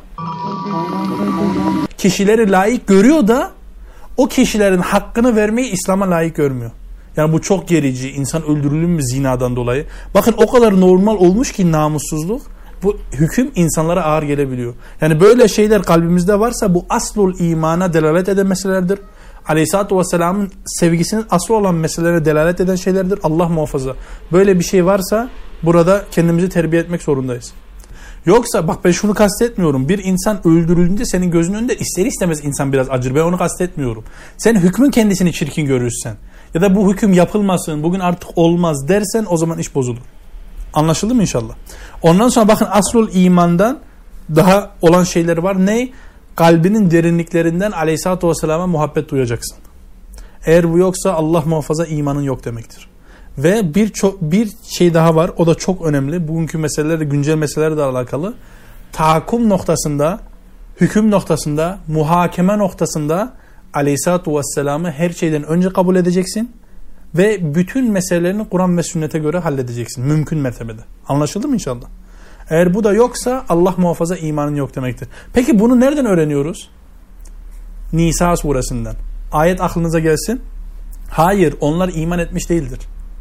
kişileri layık görüyor da o kişilerin hakkını vermeyi İslam'a layık görmüyor. Yani bu çok gerici. İnsan öldürülür mü zinadan dolayı? Bakın o kadar normal olmuş ki namussuzluk. Bu hüküm insanlara ağır gelebiliyor. Yani böyle şeyler kalbimizde varsa bu aslul imana delalet eden meselelerdir. Aleyhisselatü Vesselam'ın sevgisinin aslı olan meselelere delalet eden şeylerdir. Allah muhafaza. Böyle bir şey varsa burada kendimizi terbiye etmek zorundayız. Yoksa bak ben şunu kastetmiyorum. Bir insan öldürüldüğünde senin gözünün önünde ister istemez insan biraz acır. Ben onu kastetmiyorum. Sen hükmün kendisini çirkin görürsen ya da bu hüküm yapılmasın, bugün artık olmaz dersen o zaman iş bozulur. Anlaşıldı mı inşallah? Ondan sonra bakın aslul imandan daha olan şeyler var. Ne? Kalbinin derinliklerinden Aleyhisselatü Vesselam'a muhabbet duyacaksın. Eğer bu yoksa Allah muhafaza imanın yok demektir. Ve bir şey daha var. O da çok önemli. Bugünkü meselelerle, güncel meselelerle alakalı. Tahakküm noktasında, hüküm noktasında, muhakeme noktasında Aleyhisselatü Vesselam'ı her şeyden önce kabul edeceksin. Ve bütün meselelerini Kur'an ve sünnete göre halledeceksin. Mümkün mertebede. Anlaşıldı mı inşallah? Eğer bu da yoksa Allah muhafaza imanın yok demektir. Peki bunu nereden öğreniyoruz? Nisa suresinden. Ayet aklınıza gelsin. Hayır, onlar iman etmiş değildir.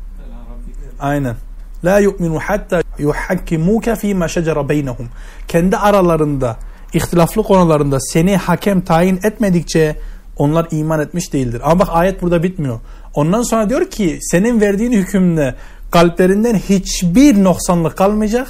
Aynen. La yu'minu hatta yuhakkimuke fîmâ şecere beynehum. Kendi aralarında, ihtilaflı konularında seni hakem tayin etmedikçe onlar iman etmiş değildir. Ama bak ayet burada bitmiyor. Ondan sonra diyor ki senin verdiğin hükümle kalplerinden hiçbir noksanlık kalmayacak.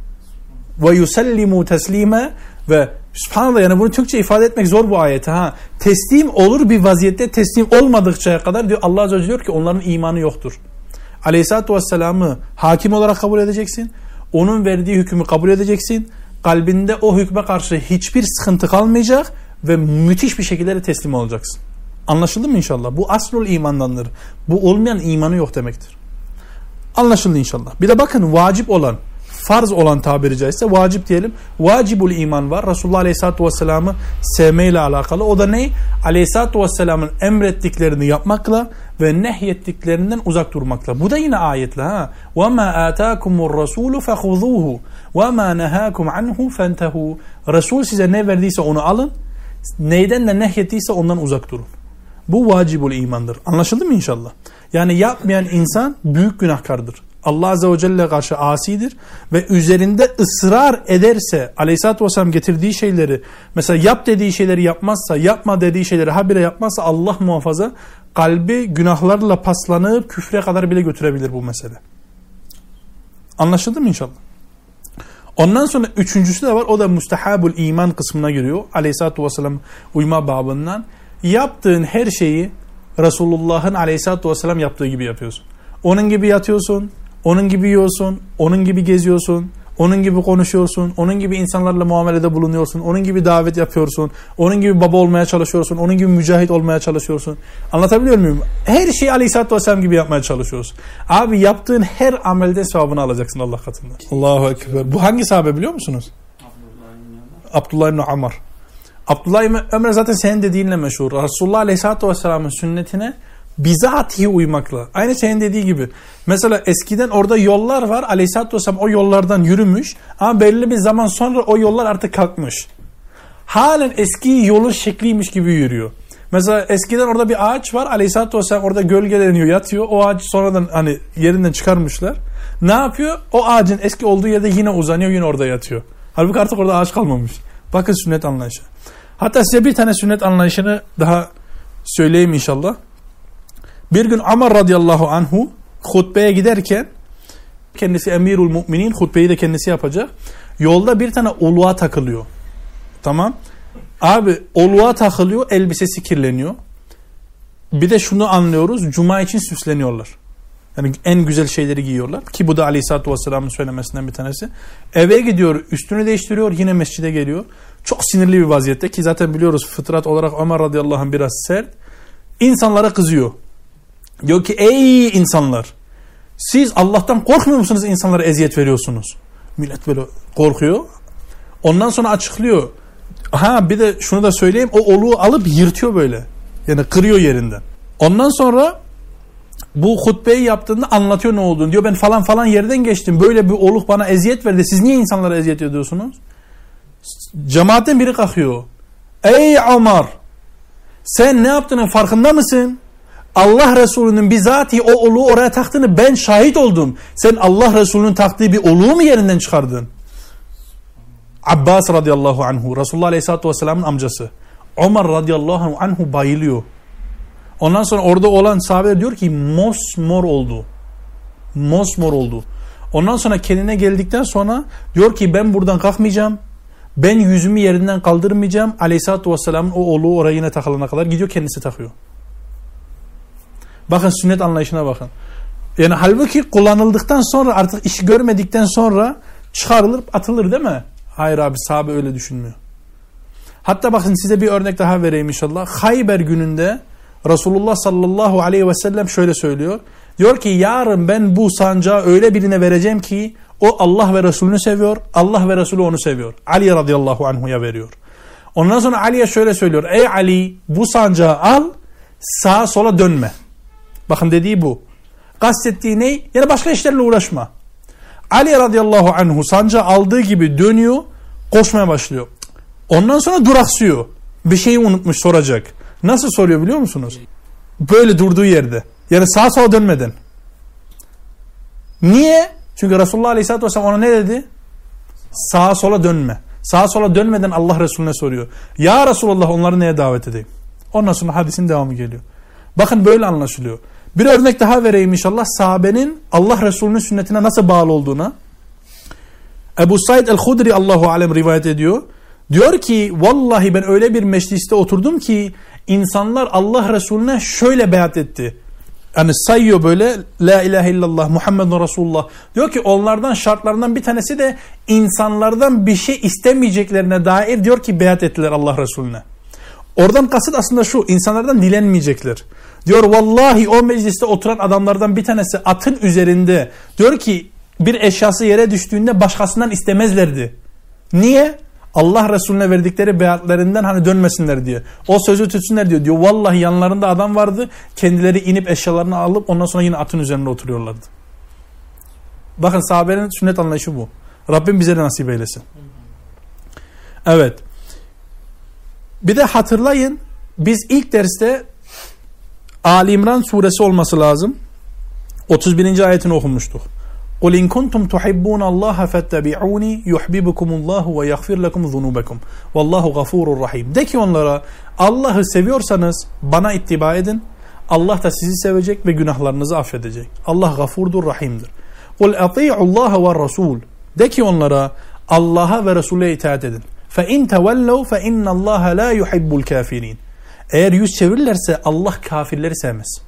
Ve yusallimu teslime ve subhanallah, yani bunu Türkçe ifade etmek zor bu ayeti. Teslim olur bir vaziyette, teslim olmadıkça kadar diyor Allah Azze ve Celle diyor ki onların imanı yoktur. Aleyhisselatü Vesselam'ı hakim olarak kabul edeceksin. Onun verdiği hükmü kabul edeceksin. Kalbinde o hükme karşı hiçbir sıkıntı kalmayacak ve müthiş bir şekilde teslim olacaksın. Anlaşıldı mı inşallah? Bu aslul imandandır. Bu olmayan imanı yok demektir. Anlaşıldı inşallah. Bir de bakın vacip olan, farz olan tabiri caizse vacip diyelim. Vacibul iman var. Resulullah Aleyhisselatü Vesselam'ı sevmeyle alakalı. O da ne? Aleyhisselatü Vesselam'ın emrettiklerini yapmakla ve nehyettiklerinden uzak durmakla. Bu da yine ayetle. وَمَا آتَاكُمُ الرَّسُولُ فَخُذُوهُ وَمَا نَهَاكُمْ عَنْهُ فَانْتَهُوا. Resul size ne verdiyse onu alın. Neyden de nehyettiyse ondan uzak durun. Bu vacibul imandır. Anlaşıldı mı inşallah? Yani yapmayan insan büyük günahkardır. Allah Azze ve Celle karşı asidir ve üzerinde ısrar ederse Aleyhisselatü Vesselam getirdiği şeyleri, mesela yap dediği şeyleri yapmazsa, yapma dediği şeyleri habire yapmazsa Allah muhafaza kalbi günahlarla paslanıp küfre kadar bile götürebilir bu mesele. Anlaşıldı mı inşallah? Ondan sonra üçüncüsü de var. O da mustahabul iman kısmına giriyor. Aleyhisselatü Vesselam uyma babından. Yaptığın her şeyi Resulullah'ın Aleyhisselatü Vesselam yaptığı gibi yapıyorsun. Onun gibi yatıyorsun, onun gibi yiyorsun, onun gibi geziyorsun, onun gibi konuşuyorsun, onun gibi insanlarla muamelede bulunuyorsun, onun gibi davet yapıyorsun, onun gibi baba olmaya çalışıyorsun, onun gibi mücahit olmaya çalışıyorsun. Anlatabiliyor muyum? Her şeyi Aleyhisselatü Vesselam gibi yapmaya çalışıyorsun. Abi yaptığın her amelden sevabını alacaksın Allah katında. Allahu Ekber. Bu hangi sahabe biliyor musunuz? Abdullah ibn Amr. Abdullah ibn Ömer zaten senin dediğinle meşhur. Resulullah Aleyhisselatü Vesselam'ın sünnetine bizatihi uymakla. Aynı senin dediği gibi. Mesela eskiden orada yollar var. Aleyhisselatü Vesselam o yollardan yürümüş. Ama belli bir zaman sonra o yollar artık kalkmış. Halen eski yolun şekliymiş gibi yürüyor. Mesela eskiden orada bir ağaç var. Aleyhisselatü Vesselam orada gölgeleniyor, yatıyor. O ağacı sonradan hani yerinden çıkarmışlar. Ne yapıyor? O ağacın eski olduğu yerde yine uzanıyor, yine orada yatıyor. Halbuki artık orada ağaç kalmamış. Bakın sünnet anlayışı. Hatta size bir tane sünnet anlayışını daha söyleyeyim inşallah. Bir gün Ömer radıyallahu anhu hutbeye giderken, kendisi emirul müminin, hutbeyi de kendisi yapacak. Yolda bir tane oluğa takılıyor. Tamam. Abi oluğa takılıyor, elbisesi kirleniyor. Bir de şunu anlıyoruz, cuma için süsleniyorlar. Yani en güzel şeyleri giyiyorlar. Ki bu da Aleyhisselatü Vesselam'ın söylemesinden bir tanesi. Eve gidiyor, üstünü değiştiriyor, yine mescide geliyor. Çok sinirli bir vaziyette ki zaten biliyoruz fıtrat olarak Ömer radıyallahu anh biraz sert. İnsanlara kızıyor. Diyor ki ey insanlar, siz Allah'tan korkmuyor musunuz, insanlara eziyet veriyorsunuz? Millet böyle korkuyor. Ondan sonra açıklıyor. Ha bir de şunu da söyleyeyim, o oluğu alıp yırtıyor böyle. Yani kırıyor yerinden. Ondan sonra bu hutbeyi yaptığında anlatıyor ne olduğunu. Diyor ben falan falan yerden geçtim. Böyle bir oluk bana eziyet verdi. Siz niye insanlara eziyet ediyorsunuz? Cemaatten biri kalkıyor. Ey Ömer, sen ne yaptığının farkında mısın? Allah Resulü'nün bizatihi o oluğu oraya taktığını ben şahit oldum. Sen Allah Resulü'nün taktığı bir oluğu mu yerinden çıkardın? Abbas radıyallahu anhu, Resulullah aleyhissalatü vesselamın amcası. Ömer radıyallahu anhu bayılıyor. Ondan sonra orada olan sahabe diyor ki mosmor oldu. Mosmor oldu. Ondan sonra kendine geldikten sonra diyor ki ben buradan kalkmayacağım. Ben yüzümü yerinden kaldırmayacağım. Aleyhissalatü vesselamın o oluğu oraya yine takılana kadar gidiyor, kendisi takıyor. Bakın sünnet anlayışına bakın. Yani halbuki kullanıldıktan sonra artık iş görmedikten sonra çıkarılır atılır değil mi? Hayır abi, sahabe öyle düşünmüyor. Hatta bakın size bir örnek daha vereyim inşallah. Hayber gününde Resulullah sallallahu aleyhi ve sellem şöyle söylüyor. Diyor ki yarın ben bu sancağı öyle birine vereceğim ki o Allah ve Resulünü seviyor, Allah ve Resulü onu seviyor. Ali radıyallahu anhu'ya veriyor. Ondan sonra Ali'ye şöyle söylüyor. Ey Ali, bu sancağı al, sağa sola dönme. Bakın dediği bu. Kastettiği ne? Yani başka işlerle uğraşma. Ali radıyallahu anhu sancağı aldığı gibi dönüyor, koşmaya başlıyor. Ondan sonra duraksıyor. Bir şeyi unutmuş, soracak. Nasıl soruyor biliyor musunuz? Böyle durduğu yerde. Yani sağa sola dönmeden. Niye? Çünkü Resulullah aleyhissalatü vesselam ona ne dedi? Sağa sola dönme. Sağa sola dönmeden Allah Resulüne soruyor. Ya Resulullah, onları neye davet edeyim? Ondan sonra hadisin devamı geliyor. Bakın böyle anlaşılıyor. Bir örnek daha vereyim inşallah. Sahabenin Allah Resulü'nün sünnetine nasıl bağlı olduğuna. Ebu Said el-Hudri Allahu alem rivayet ediyor. Diyor ki vallahi ben öyle bir mecliste oturdum ki insanlar Allah Resulüne şöyle beyat etti. Yani sayıyor böyle la ilahe illallah Muhammedun Resulullah. Diyor ki onlardan şartlarından bir tanesi de insanlardan bir şey istemeyeceklerine dair diyor ki beyat ettiler Allah Resulüne. Oradan kasıt aslında şu, insanlardan dilenmeyecekler. Diyor vallahi o mecliste oturan adamlardan bir tanesi atın üzerinde diyor ki bir eşyası yere düştüğünde başkasından istemezlerdi. Niye? Allah Resulüne verdikleri beyatlarından hani dönmesinler diye. O sözü tutsunlar diyor. Diyor vallahi yanlarında adam vardı. Kendileri inip eşyalarını alıp ondan sonra yine atın üzerinde oturuyorlardı. Bakın sahabenin sünnet anlayışı bu. Rabbim bize de nasip eylesin. Evet. Bir de hatırlayın, biz ilk derste Ali İmran suresi olması lazım. 31. ayetini okumuştuk. قُلْ اِنْ كُنْتُمْ تُحِبُّونَ اللّٰهَ فَاتَّبِعُونِ يُحْبِبُكُمُ اللّٰهُ وَيَغْفِرْ لَكُمْ ذُنُوبَكُمْ وَاللّٰهُ غَفُورٌ رَحِيمٌ. De ki onlara, Allah'ı seviyorsanız bana ittiba edin. Allah da sizi sevecek ve günahlarınızı affedecek. Allah gafurdur, rahimdir. قُلْ اَطِيعُ اللّٰهَ وَالرَّسُولُ. De ki onlara, Allah'a ve Resul'e itaat edin. فَاِنْ تَوَلَّوْا فَاِنَّ اللّٰهَ لَا يُحِبُّ الْكَافِرِينَ. Eğer yüz çevirirlerse Allah kafirleri sevmez.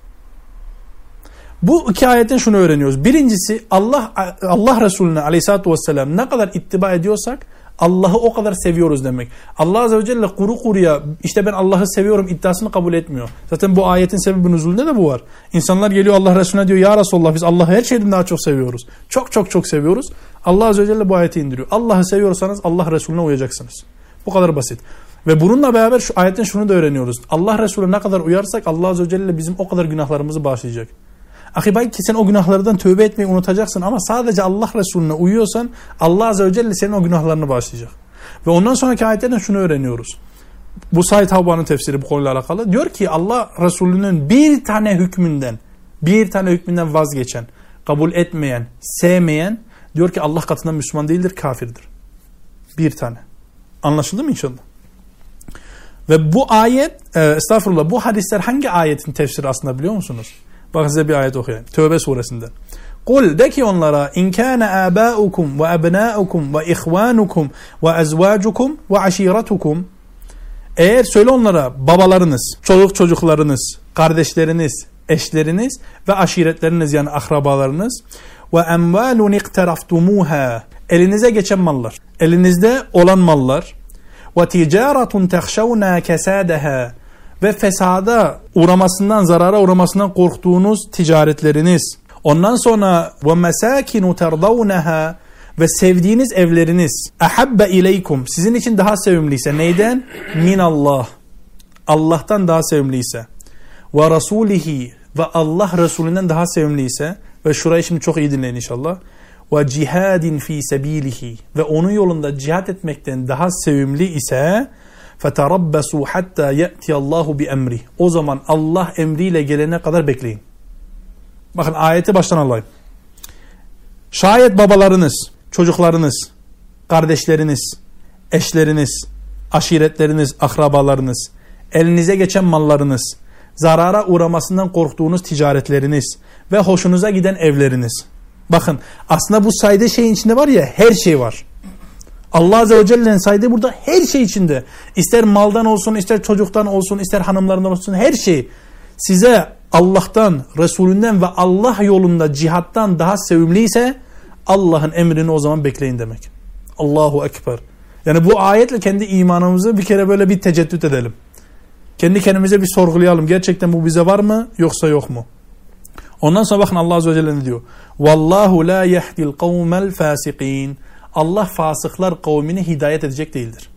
Bu iki ayetten şunu öğreniyoruz. Birincisi Allah Resulüne aleyhissalatü vesselam ne kadar ittiba ediyorsak Allah'ı o kadar seviyoruz demek. Allah Azze ve Celle kuru kuruya işte ben Allah'ı seviyorum iddiasını kabul etmiyor. Zaten bu ayetin sebebi nüzulünde de bu var. İnsanlar geliyor Allah Resulüne diyor ya Resulullah biz Allah'ı her şeyden daha çok seviyoruz. Çok çok çok seviyoruz. Allah Azze ve Celle bu ayeti indiriyor. Allah'ı seviyorsanız Allah Resulüne uyacaksınız. Bu kadar basit. Ve bununla beraber şu ayetten şunu da öğreniyoruz. Allah Resulüne ne kadar uyarsak Allah Azze ve Celle bizim o kadar günahlarımızı bağışlayacak. Ahi belki sen o günahlardan tövbe etmeyi unutacaksın ama sadece Allah Resulüne uyuyorsan Allah Azze ve Celle senin o günahlarını bağışlayacak. Ve ondan sonraki ayetlerden şunu öğreniyoruz. Bu Said Havba'nın tefsiri bu konuyla alakalı. Diyor ki Allah Resulü'nün bir tane hükmünden vazgeçen, kabul etmeyen, sevmeyen diyor ki Allah katından Müslüman değildir, kafirdir. Bir tane. Anlaşıldı mı inşallah? Ve bu ayet, estağfurullah, bu hadisler hangi ayetin tefsiri aslında biliyor musunuz? Bakın size bir ayet okuyayım. Tövbe suresinden. Kul de ki onlara in kana abaukum ve abnaukum ve ihvanukum ve azvacukum ve aşiretukum. Eğer söyle onlara babalarınız, çocuklarınız, kardeşleriniz, eşleriniz ve aşiretleriniz yani akrabalarınız. Ve emvalun ikteraftumuha, elinize geçen mallar, elinizde olan mallar. Ve ticaretun tehşevna kesadaha, ve fesada uğramasından, zarara uğramasından korktuğunuz ticaretleriniz. Ondan sonra ve mesakinu terdavnaha, ve sevdiğiniz evleriniz. Ahabbe ileykum, sizin için daha sevimliyse neyden? Minallah, Allah'tan daha sevimliyse. Ve rasulihi, ve Allah Resulünden daha sevimliyse. Ve şurayı şimdi çok iyi dinleyin inşallah. Ve cihadin fi sebilihi, ve onun yolunda cihat etmekten daha sevimli ise فَتَرَبَّسُوا حَتَّى يَأْتِيَ اللّٰهُ بِأَمْرِهِ, o zaman Allah emriyle gelene kadar bekleyin. Bakın ayeti baştan alayım. Şayet babalarınız, çocuklarınız, kardeşleriniz, eşleriniz, aşiretleriniz, akrabalarınız, elinize geçen mallarınız, zarara uğramasından korktuğunuz ticaretleriniz ve hoşunuza giden evleriniz. Bakın aslında bu saydığı şeyin içinde var ya, her şey var. Allah Azze ve Celle'nin saydığı burada her şey içinde. İster maldan olsun, ister çocuktan olsun, ister hanımlarından olsun, her şey size Allah'tan, Resulünden ve Allah yolunda cihattan daha sevimliyse Allah'ın emrini o zaman bekleyin demek. Allahu Ekber. Yani bu ayetle kendi imanımızı bir kere böyle bir teceddüt edelim. Kendi kendimize bir sorgulayalım. Gerçekten bu bize var mı yoksa yok mu? Ondan sonra bakın Allah Azze ve Celle ne diyor? Vallahu la yehdil kavmel fasikin. Allah fasıklar kavmini hidayet edecek değildir.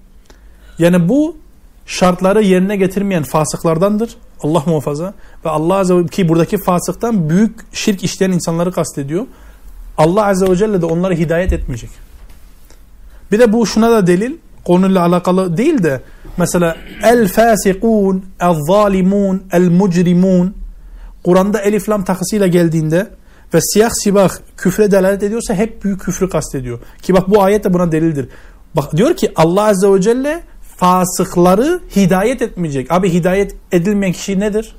Yani bu şartları yerine getirmeyen fasıklardandır. Allah muhafaza. Ve Allah Azze ve Celle, ki buradaki fasıktan büyük şirk işleyen insanları kastediyor. Allah Azze ve Celle de onları hidayet etmeyecek. Bir de bu şuna da delil, konuyla alakalı değil de mesela el-fasikun, el-zalimun, el-mucrimun, Kur'an'da elif lam takısıyla geldiğinde ve siyah sibah küfre delalet ediyorsa hep büyük küfrü kastediyor. Ki bak bu ayet de buna delildir. Bak diyor ki Allah Azze ve Celle fasıkları hidayet etmeyecek. Abi hidayet edilmeyen kişi nedir?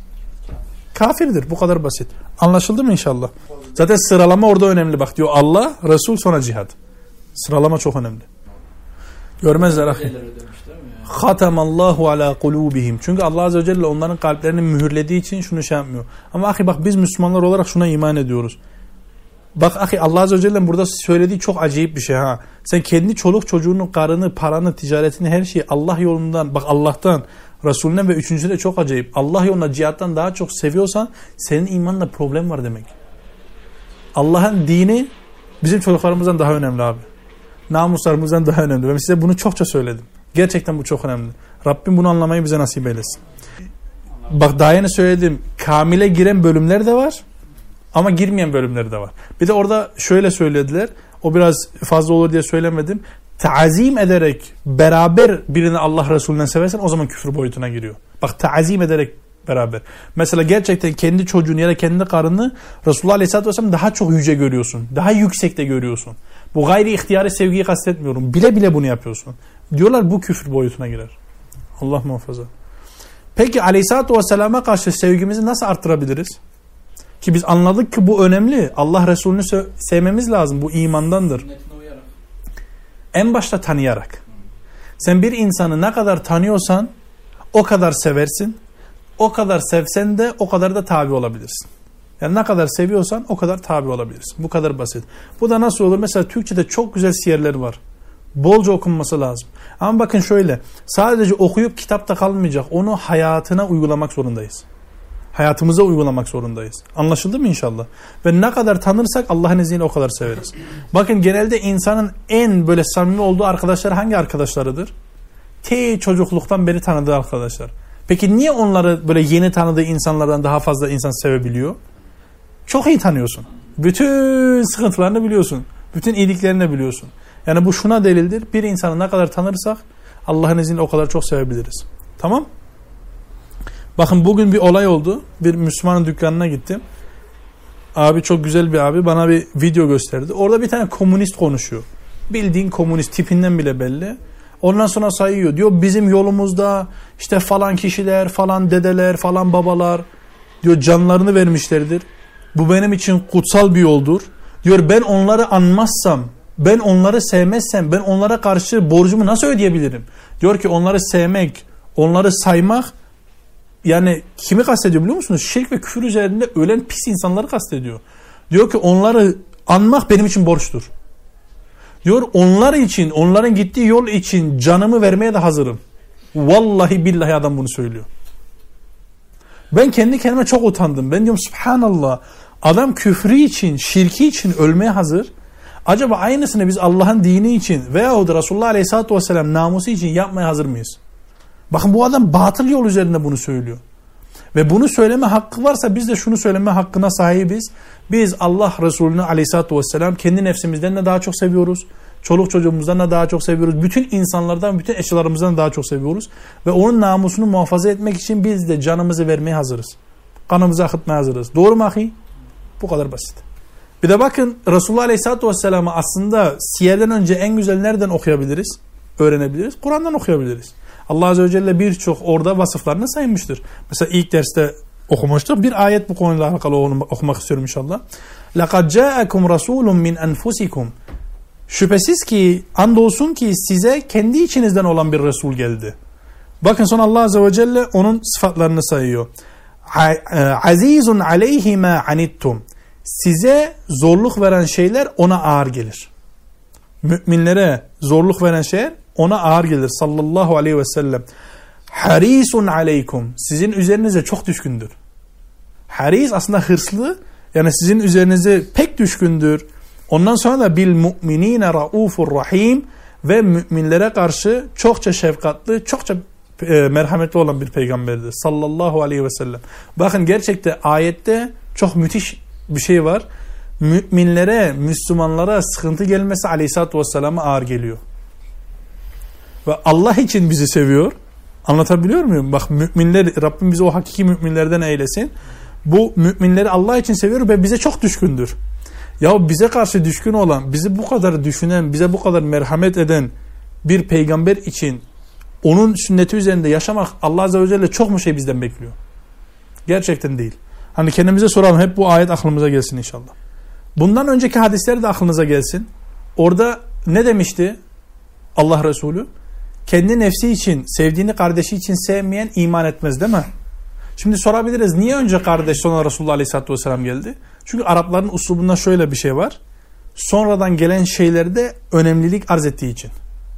Kafirdir. Bu kadar basit. Anlaşıldı mı inşallah? Zaten sıralama orada önemli. Bak diyor Allah, Resul, sonra cihad. Sıralama çok önemli. Görmezler ahi. Hatamallahu ala kulubihim. Çünkü Allah Azze ve Celle onların kalplerini mühürlediği için şunu şey yapmıyor. Ama ahi bak biz Müslümanlar olarak şuna iman ediyoruz. Bak ahi Allah Azze ve Celle'nin burada söylediği çok acayip bir şey ha. Sen kendi çoluk çocuğunu, karını, paranı, ticaretini, her şeyi Allah yolundan, bak Allah'tan, Resulünden ve üçüncüsü de çok acayip. Allah yolunda cihattan daha çok seviyorsan senin imanla problem var demek. Allah'ın dini bizim çocuklarımızdan daha önemli abi. Namuslarımızdan daha önemli. Ben size bunu çokça söyledim. Gerçekten bu çok önemli. Rabbim bunu anlamayı bize nasip eylesin. Bak daha yeni söyledim. Kamile giren bölümler de var. Ama girmeyen bölümleri de var. Bir de orada şöyle söylediler. O biraz fazla olur diye söylemedim. Ta'zim ederek beraber birini Allah Resulü'nden seversen o zaman küfür boyutuna giriyor. Bak ta'zim ederek beraber. Mesela gerçekten kendi çocuğunu ya da kendi karını Resulullah Aleyhisselatü Vesselam daha çok yüce görüyorsun. Daha yüksekte görüyorsun. Bu gayri ihtiyari sevgiyi kastetmiyorum. Bile bile bunu yapıyorsun. Diyorlar bu küfür boyutuna girer. Allah muhafaza. Peki Aleyhisselatü Vesselam'a karşı sevgimizi nasıl arttırabiliriz? Ki biz anladık ki bu önemli. Allah Resulü'nü sevmemiz lazım. Bu imandandır. En başta tanıyarak. Sen bir insanı ne kadar tanıyorsan o kadar seversin. O kadar sevsen de o kadar da tabi olabilirsin. Yani ne kadar seviyorsan o kadar tabi olabilirsin. Bu kadar basit. Bu da nasıl olur? Mesela Türkçe'de çok güzel siyerler var. Bolca okunması lazım. Ama bakın şöyle. Sadece okuyup kitapta kalmayacak. Onu hayatına uygulamak zorundayız. Hayatımıza uygulamak zorundayız. Anlaşıldı mı inşallah? Ve ne kadar tanırsak Allah'ın izniyle o kadar severiz. Bakın genelde insanın en böyle samimi olduğu arkadaşlar hangi arkadaşlarıdır? Çocukluktan beri tanıdığı arkadaşlar. Peki niye onları böyle yeni tanıdığı insanlardan daha fazla insan sevebiliyor? Çok iyi tanıyorsun. Bütün sıkıntılarını biliyorsun. Bütün iyiliklerini biliyorsun. Yani bu şuna delildir. Bir insanı ne kadar tanırsak Allah'ın izniyle o kadar çok sevebiliriz. Tamam? Bakın bugün bir olay oldu. Bir Müslümanın dükkanına gittim. Abi çok güzel bir abi bana bir video gösterdi. Orada bir tane komünist konuşuyor. Bildiğin komünist, tipinden bile belli. Ondan sonra sayıyor. Diyor bizim yolumuzda işte falan kişiler, falan dedeler, falan babalar diyor canlarını vermişlerdir. Bu benim için kutsal bir yoldur. Diyor ben onları anmazsam, ben onları sevmezsem, ben onlara karşı borcumu nasıl ödeyebilirim? Diyor ki onları sevmek, onları saymak yani kimi kastediyor biliyor musunuz? Şirk ve küfür üzerinde ölen pis insanları kastediyor. Diyor ki onları anmak benim için borçtur. Diyor onlar için, onların gittiği yol için canımı vermeye de hazırım. Vallahi billahi adam bunu söylüyor. Ben kendi kendime çok utandım. Ben diyorum subhanallah, adam küfrü için, şirki için ölmeye hazır. Acaba aynısını biz Allah'ın dini için veyahut Resulullah Aleyhisselatü Vesselam namusu için yapmaya hazır mıyız? Bakın bu adam batıl yol üzerinde bunu söylüyor. Ve bunu söyleme hakkı varsa biz de şunu söyleme hakkına sahibiz. Biz Allah Resulü'nü Aleyhisselatü Vesselam kendi nefsimizden de daha çok seviyoruz. Çoluk çocuğumuzdan da daha çok seviyoruz. Bütün insanlardan, bütün eşyalarımızdan da daha çok seviyoruz. Ve onun namusunu muhafaza etmek için biz de canımızı vermeye hazırız. Kanımızı akıtmaya hazırız. Doğru mu ahi? Bu kadar basit. Bir de bakın Resulullah Aleyhisselatü Vesselam'ı aslında siyerden önce en güzel nereden okuyabiliriz? Öğrenebiliriz. Kur'an'dan okuyabiliriz. Allah Azze ve Celle birçok orada vasıflarını saymıştır. Mesela ilk derste okumuştuk. Bir ayet bu konuyla alakalı okumak istiyorum inşallah. لَقَدْ جَاءَكُمْ رَسُولٌ مِنْ أَنْفُسِكُمْ Şüphesiz ki, andolsun ki size kendi içinizden olan bir Resul geldi. Bakın sonra Allah Azze ve Celle onun sıfatlarını sayıyor. Azizun aleyhi ma anittum. Size zorluk veren şeyler ona ağır gelir. Müminlere zorluk veren şeyler ona ağır gelir sallallahu aleyhi ve sellem. Harisun aleykum. Sizin üzerinize çok düşkündür. Haris aslında hırslı. Yani sizin üzerinize pek düşkündür. Ondan sonra da bil mu'minine raufur rahim ve müminlere karşı çokça şefkatli, çokça merhametli olan bir peygamberdir sallallahu aleyhi ve sellem. Bakın gerçekten ayette çok müthiş bir şey var. Müminlere, Müslümanlara sıkıntı gelmesi Aleyhisselatü Vesselam'a ağır geliyor. Ve Allah için bizi seviyor. Anlatabiliyor muyum? Bak müminler, Rabbim bizi o hakiki müminlerden eylesin. Bu müminleri Allah için seviyor ve bize çok düşkündür. Ya bize karşı düşkün olan, bizi bu kadar düşünen, bize bu kadar merhamet eden bir peygamber için onun sünneti üzerinde yaşamak Allah Azze ve Celle çok mu şey bizden bekliyor? Gerçekten değil. Hani kendimize soralım, hep bu ayet aklımıza gelsin inşallah. Bundan önceki hadisler de aklınıza gelsin. Orada ne demişti Allah Resulü? Kendi nefsi için, sevdiğini kardeşi için sevmeyen iman etmez değil mi? Şimdi sorabiliriz, niye önce kardeş sonra Resulullah Aleyhisselatü Vesselam geldi? Çünkü Arapların uslubunda şöyle bir şey var. Sonradan gelen şeylerde önemlilik arz ettiği için.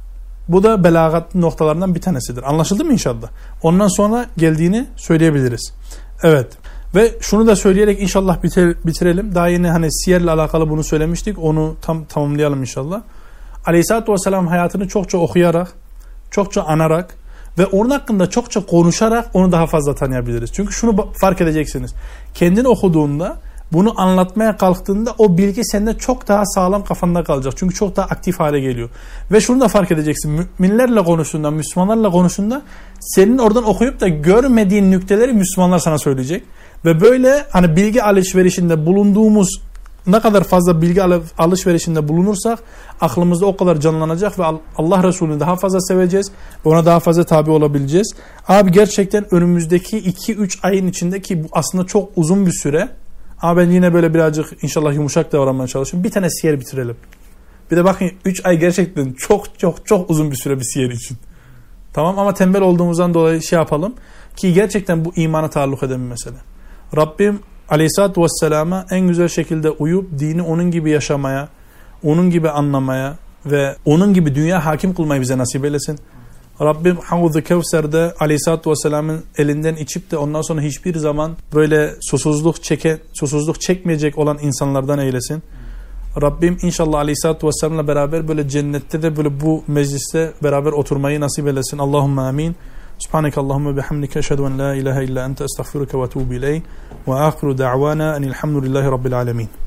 Bu da belagat noktalarından bir tanesidir. Anlaşıldı mı inşallah? Ondan sonra geldiğini söyleyebiliriz. Evet. Ve şunu da söyleyerek inşallah bitirelim. Daha yeni hani siyerle alakalı bunu söylemiştik. Onu tamamlayalım inşallah. Aleyhisselatü Vesselam hayatını çokça okuyarak, çokça anarak ve onun hakkında çokça konuşarak onu daha fazla tanıyabiliriz. Çünkü şunu fark edeceksiniz. Kendini okuduğunda, bunu anlatmaya kalktığında o bilgi sende çok daha sağlam kafanda kalacak. Çünkü çok daha aktif hale geliyor. Ve şunu da fark edeceksin. Müminlerle konuştuğunda, Müslümanlarla konuştuğunda senin oradan okuyup da görmediğin nükteleri Müslümanlar sana söyleyecek. Ve böyle hani bilgi alışverişinde bulunduğumuz, ne kadar fazla bilgi alışverişinde bulunursak aklımızda o kadar canlanacak ve Allah Resulü'nü daha fazla seveceğiz ve ona daha fazla tabi olabileceğiz. Abi gerçekten önümüzdeki 2-3 ayın içindeki bu aslında çok uzun bir süre. Ama ben yine böyle birazcık inşallah yumuşak davranmaya çalışıyorum. Bir tane siyer bitirelim. Bir de bakın 3 ay gerçekten çok uzun bir süre bir siyer için. Tamam, ama tembel olduğumuzdan dolayı şey yapalım ki gerçekten bu imana taalluk eden bir mesele. Rabbim Aleyhisselatü Vesselam'a en güzel şekilde uyup dini onun gibi yaşamaya, onun gibi anlamaya ve onun gibi dünya hakim kılmayı bize nasip eylesin. Rabbim Havuz-u Kevser'de Aleyhisselatü Vesselam'ın elinden içip de ondan sonra hiçbir zaman böyle susuzluk çekmeyecek olan insanlardan eylesin. Rabbim inşallah Aleyhisselatü Vesselam'la beraber böyle cennette de böyle bu mecliste beraber oturmayı nasip eylesin. Allahümme amin. Subhaneke Allahümme bihamdike eşhedü en la ilahe illa ente estağfiruke ve etûbü ileyh ve âkhiru da'vana enilhamdülillahi rabbil alemin.